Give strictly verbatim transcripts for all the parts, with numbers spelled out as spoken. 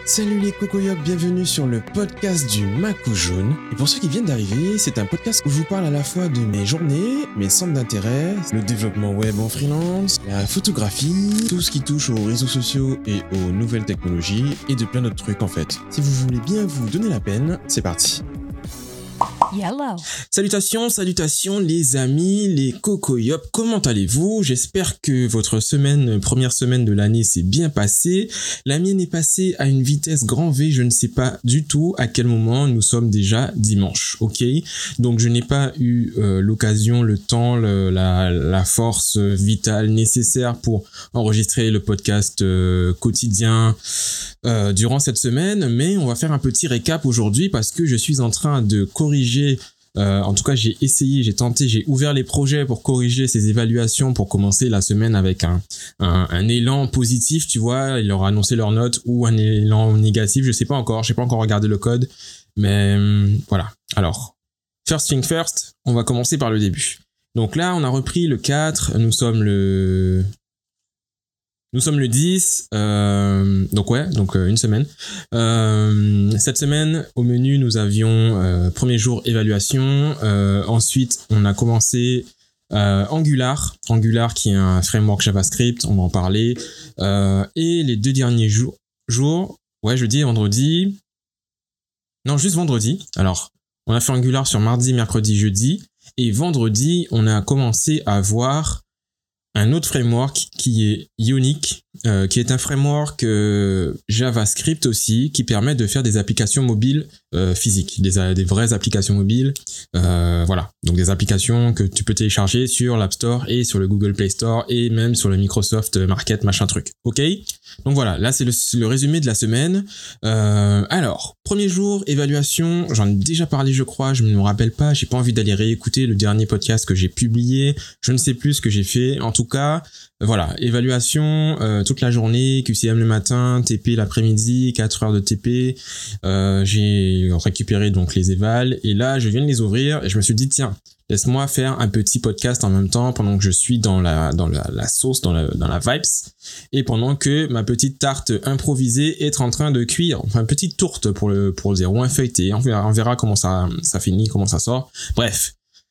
Salut les cocoyocs, bienvenue sur le podcast du Macou Jaune. Et pour ceux qui viennent d'arriver, c'est un podcast où je vous parle à la fois de mes journées, mes centres d'intérêt, le développement web en freelance, la photographie, tout ce qui touche aux réseaux sociaux et aux nouvelles technologies, et de plein d'autres trucs en fait. Si vous voulez bien vous donner la peine, c'est parti. Yellow. Salutations, salutations les amis, les cocoyops, comment allez-vous? J'espère que votre semaine, première semaine de l'année s'est bien passée. La mienne est passée à une vitesse grand V, je ne sais pas du tout à quel moment, nous sommes déjà dimanche, ok? Donc je n'ai pas eu euh, l'occasion, le temps, le, la, la force vitale nécessaire pour enregistrer le podcast euh, quotidien euh, durant cette semaine, mais on va faire un petit récap aujourd'hui parce que je suis en train de corriger Euh, en tout cas, j'ai essayé, j'ai tenté, j'ai ouvert les projets pour corriger ces évaluations pour commencer la semaine avec un, un, un élan positif, tu vois. Ils leur ont annoncé leur note ou un élan négatif, je sais pas encore, j'ai pas encore regardé le code, mais hum, voilà. Alors, first thing first, on va commencer par le début. Donc là, on a repris le quatre, nous sommes le... Nous sommes le dix, euh, donc ouais, donc euh, une semaine. Euh, cette semaine, au menu, nous avions euh, premier jour évaluation. Euh, ensuite, on a commencé euh, Angular, Angular qui est un framework JavaScript, on va en parler. Euh, et les deux derniers jours, jours, ouais, jeudi et vendredi. Non, juste vendredi. Alors, on a fait Angular sur mardi, mercredi, jeudi. Et vendredi, on a commencé à voir un autre framework qui est Ionic, euh, qui est un framework euh, JavaScript aussi, qui permet de faire des applications mobiles euh, physiques, des, des vraies applications mobiles. Euh, voilà, donc des applications que tu peux télécharger sur l'App Store et sur le Google Play Store et même sur le Microsoft Market, machin truc. Ok ? Donc voilà, là c'est le, le résumé de la semaine. Euh, alors, premier jour, évaluation, j'en ai déjà parlé je crois, je ne me rappelle pas, j'ai pas envie d'aller réécouter le dernier podcast que j'ai publié, je ne sais plus ce que j'ai fait, en tout cas, voilà, évaluation euh, toute la journée, Q C M le matin, T P l'après-midi, quatre heures de T P, euh, j'ai récupéré donc les évals, et là je viens de les ouvrir, et je me suis dit tiens, laisse-moi faire un petit podcast en même temps pendant que je suis dans la dans la, la sauce, dans la dans la vibes, et pendant que ma petite tarte improvisée est en train de cuire, enfin petite tourte pour le pour le zéro un feuilleté. On verra, on verra comment ça ça finit, comment ça sort. Bref,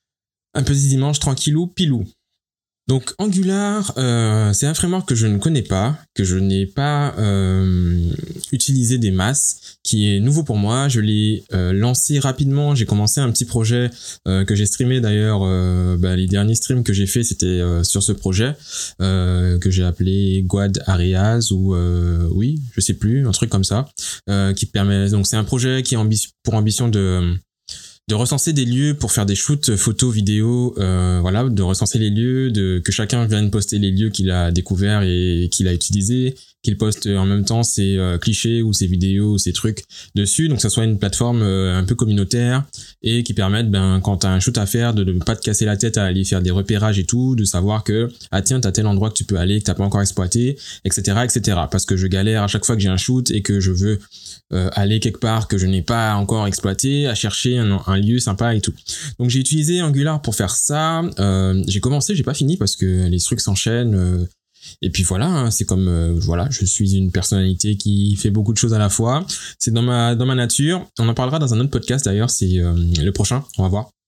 un petit dimanche tranquillou pilou. Donc Angular, euh, c'est un framework que je ne connais pas, que je n'ai pas euh, utilisé des masses, qui est nouveau pour moi. Je l'ai euh, lancé rapidement, j'ai commencé un petit projet euh, que j'ai streamé d'ailleurs, euh, bah, les derniers streams que j'ai fait c'était euh, sur ce projet, euh, que j'ai appelé Guad Areas ou euh, oui, je sais plus, un truc comme ça, euh, qui permet, donc c'est un projet qui a ambi- pour ambition de... de recenser des lieux pour faire des shoots photos, vidéos, euh, voilà, de recenser les lieux, de que chacun vienne poster les lieux qu'il a découverts et qu'il a utilisés, qu'il poste en même temps ses euh, clichés ou ses vidéos ou ses trucs dessus, donc que ça soit une plateforme euh, un peu communautaire et qui permette, ben, quand t'as un shoot à faire, de ne pas te casser la tête à aller faire des repérages et tout, de savoir que, ah tiens, t'as tel endroit que tu peux aller, que t'as pas encore exploité, et cetera, et cetera. Parce que je galère à chaque fois que j'ai un shoot et que je veux euh, aller quelque part que je n'ai pas encore exploité, à chercher un, un lieu sympa et tout. Donc j'ai utilisé Angular pour faire ça. Euh, j'ai commencé, j'ai pas fini parce que les trucs s'enchaînent. Euh, et puis voilà, hein, c'est comme euh, voilà, je suis une personnalité qui fait beaucoup de choses à la fois. C'est dans ma dans ma nature. On en parlera dans un autre podcast d'ailleurs. C'est euh, le prochain. On va voir.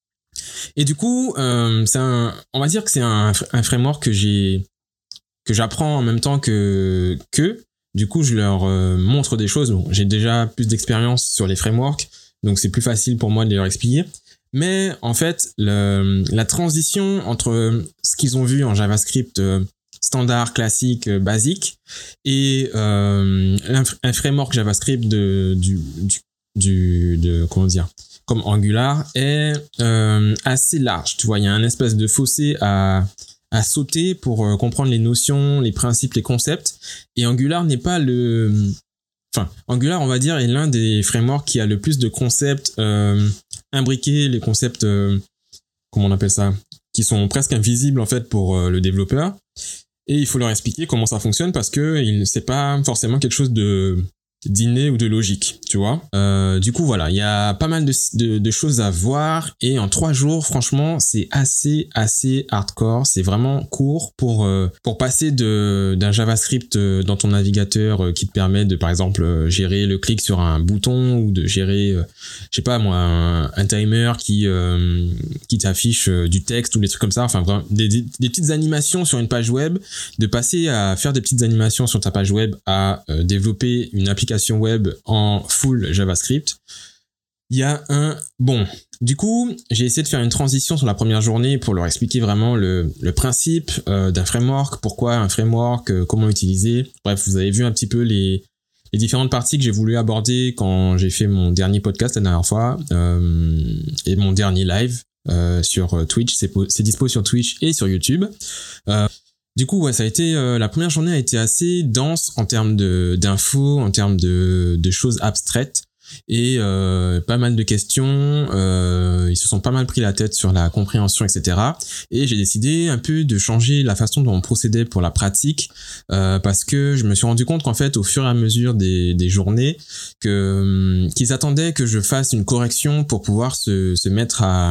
Et du coup, euh, c'est un, on va dire que c'est un, un framework que j'ai que j'apprends en même temps que que. Du coup, je leur euh, montre des choses. Bon, j'ai déjà plus d'expérience sur les frameworks. Donc c'est plus facile pour moi de les leur expliquer. Mais en fait, le, la transition entre ce qu'ils ont vu en JavaScript euh, standard, classique, euh, basique, et euh, un, un framework JavaScript de, du, du, du, de, comment dire, comme Angular est euh, assez large. Tu vois, il y a un espèce de fossé à, à sauter pour euh, comprendre les notions, les principes, les concepts. Et Angular n'est pas le... Enfin, Angular, on va dire, est l'un des frameworks qui a le plus de concepts euh, imbriqués, les concepts, euh, comment on appelle ça, qui sont presque invisibles en fait pour euh, le développeur. Et il faut leur expliquer comment ça fonctionne parce que il, c'est pas forcément quelque chose de d'inné ou de logique. tu vois. Euh, du coup, voilà, il y a pas mal de, de, de choses à voir et en trois jours, franchement, c'est assez, assez hardcore. C'est vraiment court pour euh, pour passer de d'un JavaScript dans ton navigateur euh, qui te permet de, par exemple, euh, gérer le clic sur un bouton ou de gérer, euh, je sais pas moi, un, un timer qui euh, qui t'affiche euh, du texte ou des trucs comme ça. Enfin, vraiment, des, des, des petites animations sur une page web, de passer à faire des petites animations sur ta page web à euh, développer une application web en full JavaScript. Il y a un... Bon, du coup, j'ai essayé de faire une transition sur la première journée pour leur expliquer vraiment le, le principe euh, d'un framework, pourquoi un framework, euh, comment l'utiliser. Bref, vous avez vu un petit peu les, les différentes parties que j'ai voulu aborder quand j'ai fait mon dernier podcast la dernière fois euh, et mon dernier live euh, sur Twitch. C'est, c'est dispo sur Twitch et sur YouTube. Euh, Du coup, ouais, ça a été euh, la première journée a été assez dense en termes de d'infos, en termes de de choses abstraites et euh, pas mal de questions. Euh, ils se sont pas mal pris la tête sur la compréhension, et cetera. Et j'ai décidé un peu de changer la façon dont on procédait pour la pratique euh, parce que je me suis rendu compte qu'en fait, au fur et à mesure des des journées, que qu'ils attendaient que je fasse une correction pour pouvoir se se mettre à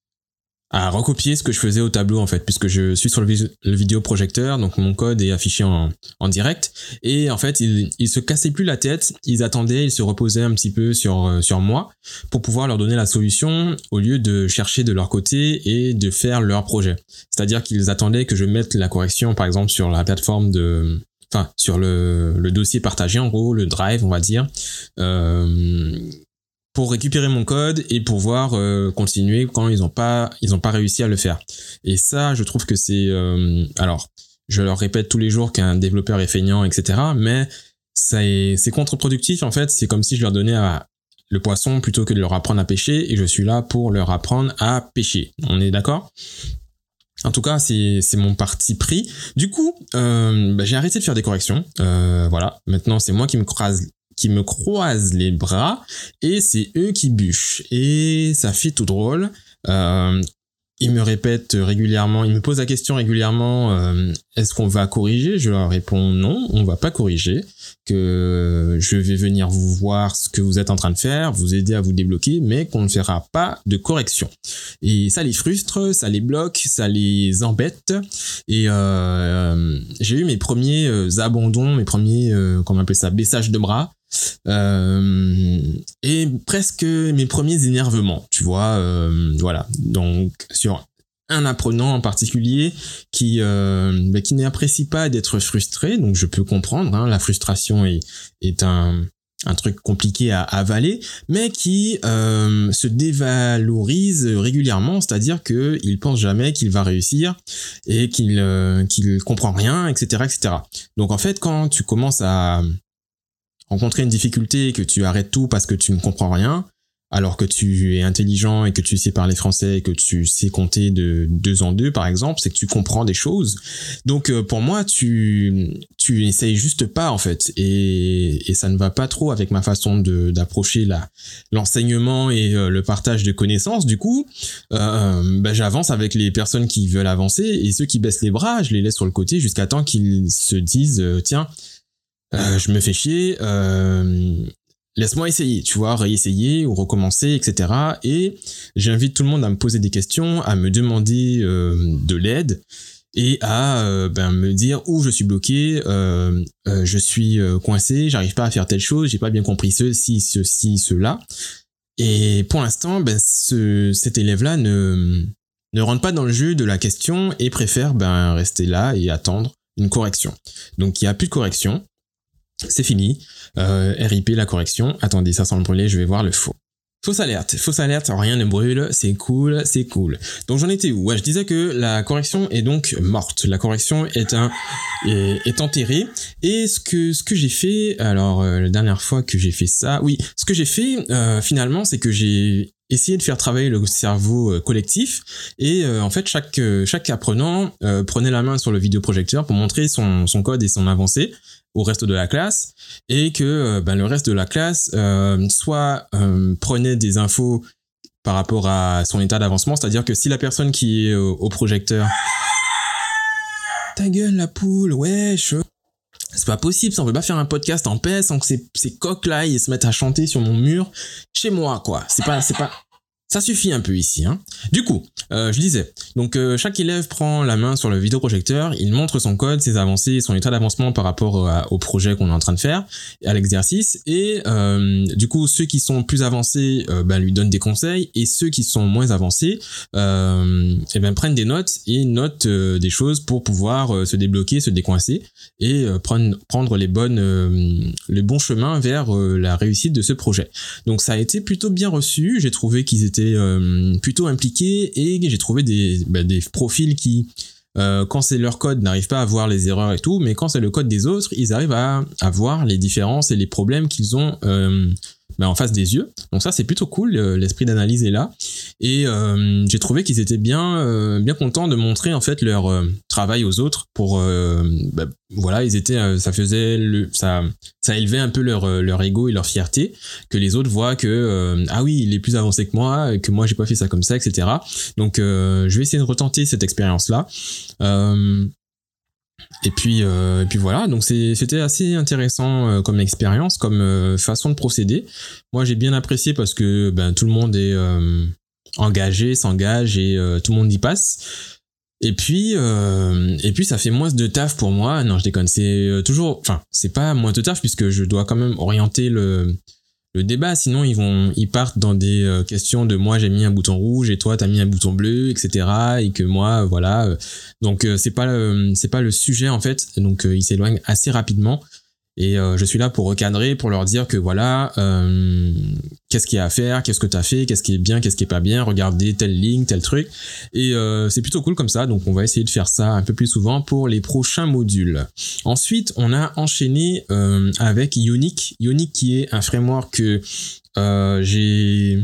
à recopier ce que je faisais au tableau en fait, puisque je suis sur le, vis- le vidéoprojecteur, donc mon code est affiché en, en direct, et en fait ils, ils se cassaient plus la tête, ils attendaient, ils se reposaient un petit peu sur, sur moi pour pouvoir leur donner la solution au lieu de chercher de leur côté et de faire leur projet. C'est-à-dire qu'ils attendaient que je mette la correction par exemple sur la plateforme de... Enfin, sur le, le dossier partagé en gros, le drive on va dire, euh, pour récupérer mon code et pouvoir euh, continuer quand ils ont pas ils ont pas réussi à le faire. Et ça, je trouve que c'est euh, alors, je leur répète tous les jours qu'un développeur est feignant, et cetera. Mais ça est, c'est contre-productif en fait. C'est comme si je leur donnais à, le poisson plutôt que de leur apprendre à pêcher. Et je suis là pour leur apprendre à pêcher. On est d'accord ? En tout cas, c'est c'est mon parti pris. Du coup, euh, bah, j'ai arrêté de faire des corrections. Euh, voilà. Maintenant, c'est moi qui me croise qui me croisent les bras et c'est eux qui bûchent. Et ça fait tout drôle. Euh, ils me répètent régulièrement, ils me posent la question régulièrement, euh, est-ce qu'on va corriger ? Je leur réponds non, on va pas corriger, que je vais venir vous voir ce que vous êtes en train de faire, vous aider à vous débloquer, mais qu'on ne fera pas de correction. Et ça les frustre, ça les bloque, ça les embête. Et euh, j'ai eu mes premiers euh, abandons, mes premiers, euh, comment on appelle ça, baissages de bras. Euh, et presque mes premiers énervements, tu vois, euh, voilà. Donc sur un apprenant en particulier qui euh, bah, qui n'apprécie pas d'être frustré, donc je peux comprendre, hein, la frustration est est un un truc compliqué à avaler, mais qui euh, se dévalorise régulièrement, c'est-à-dire que il pense jamais qu'il va réussir et qu'il euh, qu'il comprend rien, et cetera, et cetera. Donc en fait, quand tu commences à rencontrer une difficulté et que tu arrêtes tout parce que tu ne comprends rien, alors que tu es intelligent et que tu sais parler français et que tu sais compter de deux en deux par exemple, c'est que tu comprends des choses. Donc euh, pour moi, tu tu essayes juste pas en fait, et et ça ne va pas trop avec ma façon de d'approcher la l'enseignement et euh, le partage de connaissances. Du coup, euh, bah, j'avance avec les personnes qui veulent avancer et ceux qui baissent les bras, je les laisse sur le côté jusqu'à temps qu'ils se disent euh, tiens, Euh, je me fais chier, euh, laisse-moi essayer, tu vois, réessayer ou recommencer, et cetera. Et j'invite tout le monde à me poser des questions, à me demander euh, de l'aide et à euh, ben, me dire où je suis bloqué, euh, euh, je suis euh, coincé, j'arrive pas à faire telle chose, j'ai pas bien compris ceci, ceci, cela. Et pour l'instant, ben, ce, cet élève-là ne, ne rentre pas dans le jeu de la question et préfère ben, rester là et attendre une correction. Donc il n'y a plus de correction. C'est fini. Euh, R I P la correction. Attendez, ça sent le brûler, je vais voir le faux. Fausse alerte, fausse alerte, rien ne brûle, c'est cool, c'est cool. Donc j'en étais où ? Ouais, je disais que la correction est donc morte. La correction est un est, est enterrée. Et ce que ce que j'ai fait, alors euh, la dernière fois que j'ai fait ça, oui, ce que j'ai fait euh, finalement, c'est que j'ai essayé de faire travailler le cerveau euh, collectif et euh, en fait chaque euh, chaque apprenant euh, prenait la main sur le vidéoprojecteur pour montrer son son code et son avancée au reste de la classe, et que euh, ben, le reste de la classe euh, soit euh, prenait des infos par rapport à son état d'avancement, c'est-à-dire que si la personne qui est au, au projecteur... Ta gueule la poule, wesh. c'est pas possible, ça, on peut pas faire un podcast en paix sans que ces, ces coqs-là, ils se mettent à chanter sur mon mur chez moi, quoi. C'est pas, c'est pas, ça suffit un peu ici, hein. Du coup, euh, je disais, donc euh, chaque élève prend la main sur le vidéoprojecteur, il montre son code, ses avancées, son état d'avancement par rapport à, au projet qu'on est en train de faire, à l'exercice, et euh, du coup, ceux qui sont plus avancés, euh, ben, lui donnent des conseils, et ceux qui sont moins avancés, euh, et ben, prennent des notes et notent euh, des choses pour pouvoir euh, se débloquer, se décoincer, et euh, prendre, prendre les bonnes, euh, le bon chemin vers euh, la réussite de ce projet. Donc ça a été plutôt bien reçu, j'ai trouvé qu'ils étaient Euh, plutôt impliqués et j'ai trouvé des, bah, des profils qui, euh, quand c'est leur code, n'arrivent pas à voir les erreurs et tout, mais quand c'est le code des autres, ils arrivent à, à voir les différences et les problèmes qu'ils ont euh, bah, en face des yeux. Donc ça, c'est plutôt cool, l'esprit d'analyse est là. Et euh, j'ai trouvé qu'ils étaient bien, euh, bien contents de montrer en fait leur euh, travail aux autres pour, euh, bah, voilà, ils étaient, euh, ça faisait, le, ça, ça élevait un peu leur, leur ego et leur fierté, que les autres voient que, euh, ah oui, il est plus avancé que moi, que moi j'ai pas fait ça comme ça, et cetera. Donc euh, je vais essayer de retenter cette expérience-là. Euh, Et puis, euh, et puis voilà, donc c'est, c'était assez intéressant euh, comme expérience, comme euh, façon de procéder. Moi, j'ai bien apprécié parce que ben, tout le monde est euh, engagé, s'engage et euh, tout le monde y passe. Et puis, euh, et puis ça fait moins de taf pour moi. Non, je déconne, c'est toujours, enfin, c'est pas moins de taf puisque je dois quand même orienter le le débat, sinon ils vont ils partent dans des euh, questions de moi j'ai mis un bouton rouge et toi t'as mis un bouton bleu, etc., et que moi euh, voilà euh, donc euh, c'est pas le, c'est pas le sujet en fait, donc euh, ils s'éloignent assez rapidement et euh, je suis là pour recadrer, pour leur dire que voilà euh, qu'est-ce qu'il y a à faire, qu'est-ce que t'as fait, qu'est-ce qui est bien, qu'est-ce qui est pas bien, regardez telle ligne, tel truc, et euh, c'est plutôt cool comme ça, donc on va essayer de faire ça un peu plus souvent pour les prochains modules. Ensuite on a enchaîné euh, avec Ionic, Ionic qui est un framework que euh, j'ai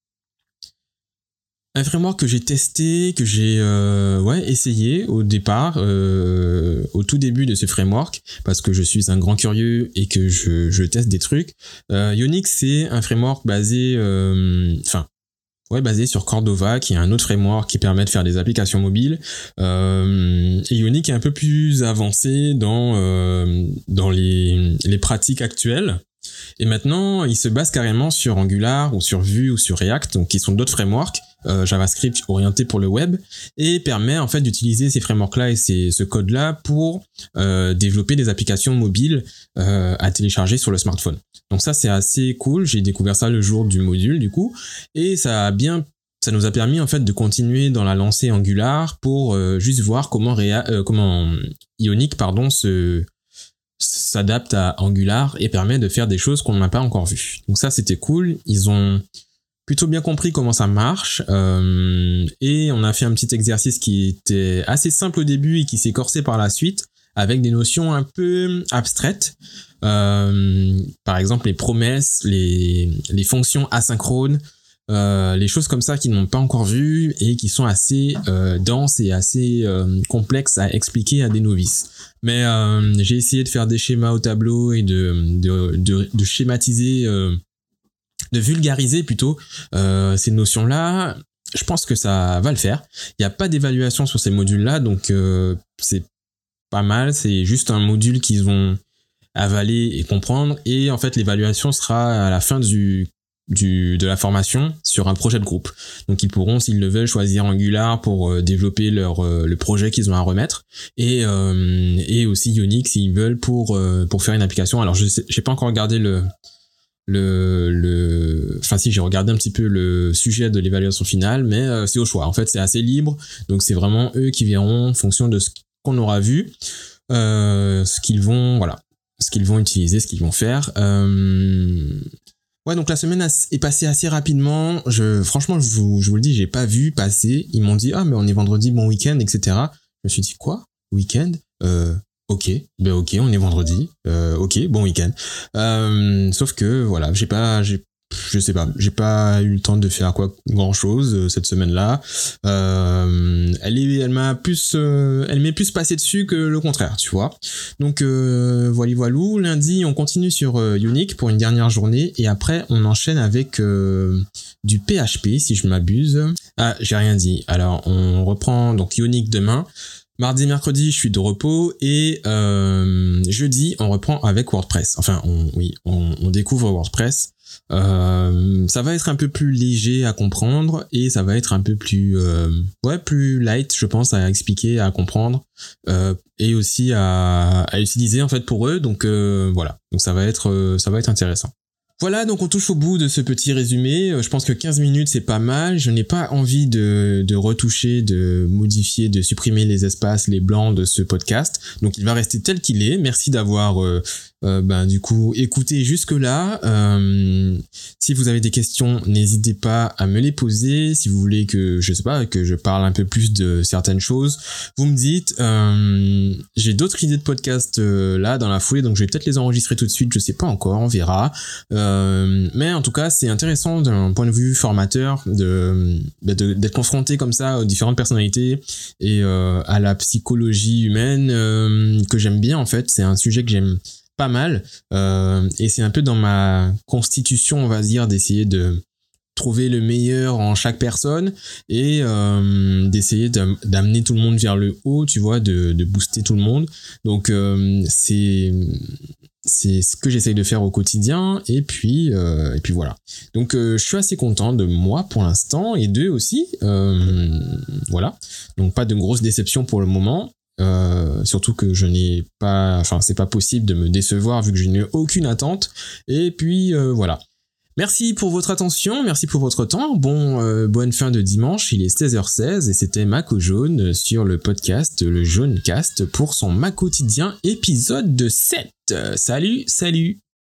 un framework que j'ai testé, que j'ai euh, ouais essayé au départ, euh, au tout début de ce framework, parce que je suis un grand curieux et que je, je teste des trucs. Euh, Ionic, c'est un framework basé, enfin, euh, ouais, basé sur Cordova, qui est un autre framework qui permet de faire des applications mobiles. Euh, et Ionic est un peu plus avancé dans euh, dans les les pratiques actuelles. Et maintenant, il se base carrément sur Angular ou sur Vue ou sur React, donc qui sont d'autres frameworks euh, JavaScript orientés pour le web, et permet en fait d'utiliser ces frameworks-là et ces, ce code-là pour euh, développer des applications mobiles euh, à télécharger sur le smartphone. Donc ça, c'est assez cool. J'ai découvert ça le jour du module du coup, et ça a bien ça nous a permis en fait de continuer dans la lancée Angular pour euh, juste voir comment Rea- euh, comment Ionic pardon se s'adapte à Angular et permet de faire des choses qu'on n'a pas encore vues. Donc ça, c'était cool. Ils ont plutôt bien compris comment ça marche. Euh, et on a fait un petit exercice qui était assez simple au début et qui s'est corsé par la suite avec des notions un peu abstraites. Euh, par exemple, les promesses, les, les fonctions asynchrones, Euh, les choses comme ça qu'ils n'ont pas encore vues et qui sont assez euh, denses et assez euh, complexes à expliquer à des novices. Mais euh, j'ai essayé de faire des schémas au tableau et de, de, de, de schématiser, euh, de vulgariser plutôt euh, ces notions-là. Je pense que ça va le faire. Il n'y a pas d'évaluation sur ces modules-là, donc euh, c'est pas mal. C'est juste un module qu'ils vont avaler et comprendre. Et en fait, l'évaluation sera à la fin du Du, de la formation sur un projet de groupe. Donc ils pourront, s'ils le veulent, choisir Angular pour euh, développer leur euh, le projet qu'ils ont à remettre, et euh, et aussi Ionic s'ils veulent pour euh, pour faire une application. Alors je sais, j'ai pas encore regardé le le le enfin si j'ai regardé un petit peu le sujet de l'évaluation finale, mais euh, c'est au choix. En fait, c'est assez libre, donc c'est vraiment eux qui verront en fonction de ce qu'on aura vu, euh, ce qu'ils vont voilà, ce qu'ils vont utiliser, ce qu'ils vont faire. Euh, Ouais, donc la semaine est passée assez rapidement. Je, franchement, je vous, je vous le dis, j'ai pas vu passer. Ils m'ont dit, ah, mais on est vendredi, bon week-end, et cetera. Je me suis dit, quoi? Week-end? Euh, ok. Ben, ok, on est vendredi. Euh, ok, bon week-end. Euh, sauf que, voilà, j'ai pas, j'ai, je sais pas, j'ai pas eu le temps de faire quoi, grand chose euh, cette semaine-là. Euh, elle est, elle m'a plus, euh, elle m'est plus passée dessus que le contraire, tu vois. Donc euh, voilà, voilou. Lundi, on continue sur euh, Ionic pour une dernière journée et après on enchaîne avec euh, du P H P si je m'abuse. Ah, j'ai rien dit. Alors on reprend donc Ionic demain. Mardi, mercredi, je suis de repos et euh, jeudi, on reprend avec WordPress. Enfin, on, oui, on, on découvre WordPress. Euh, ça va être un peu plus léger à comprendre et ça va être un peu plus, euh, ouais, plus light, je pense, à expliquer, à comprendre euh, et aussi à, à utiliser en fait pour eux. Donc euh, voilà, donc ça va être, euh, ça va être intéressant. Voilà, donc on touche au bout de ce petit résumé. Je pense que quinze minutes, c'est pas mal. Je n'ai pas envie de, de retoucher, de modifier, de supprimer les espaces, les blancs de ce podcast. Donc il va rester tel qu'il est. Merci d'avoir euh, euh, ben, du coup écouté jusque-là. Euh, si vous avez des questions, n'hésitez pas à me les poser. Si vous voulez que, je sais pas, que je parle un peu plus de certaines choses, vous me dites. Euh, j'ai d'autres idées de podcast euh, là dans la foulée, donc je vais peut-être les enregistrer tout de suite. Je sais pas encore, on verra. Euh, Euh, mais en tout cas, c'est intéressant d'un point de vue formateur de, de d'être confronté comme ça aux différentes personnalités et euh, à la psychologie humaine euh, que j'aime bien en fait. C'est un sujet que j'aime pas mal euh, et c'est un peu dans ma constitution, on va dire, d'essayer de trouver le meilleur en chaque personne et euh, d'essayer d'amener tout le monde vers le haut, tu vois, de, de booster tout le monde. Donc euh, c'est c'est ce que j'essaye de faire au quotidien et puis euh, et puis voilà. Donc euh, je suis assez content de moi pour l'instant et d'eux aussi. Euh, voilà. Donc pas de grosse déception pour le moment. Euh, surtout que je n'ai pas, enfin c'est pas possible de me décevoir vu que je n'ai aucune attente. Et puis euh, voilà. Merci pour votre attention, merci pour votre temps. Bon, euh, bonne fin de dimanche, il est seize heures seize et c'était Mako Jaune sur le podcast Le Jaunecast pour son Ma Quotidien épisode sept. Euh, salut, salut.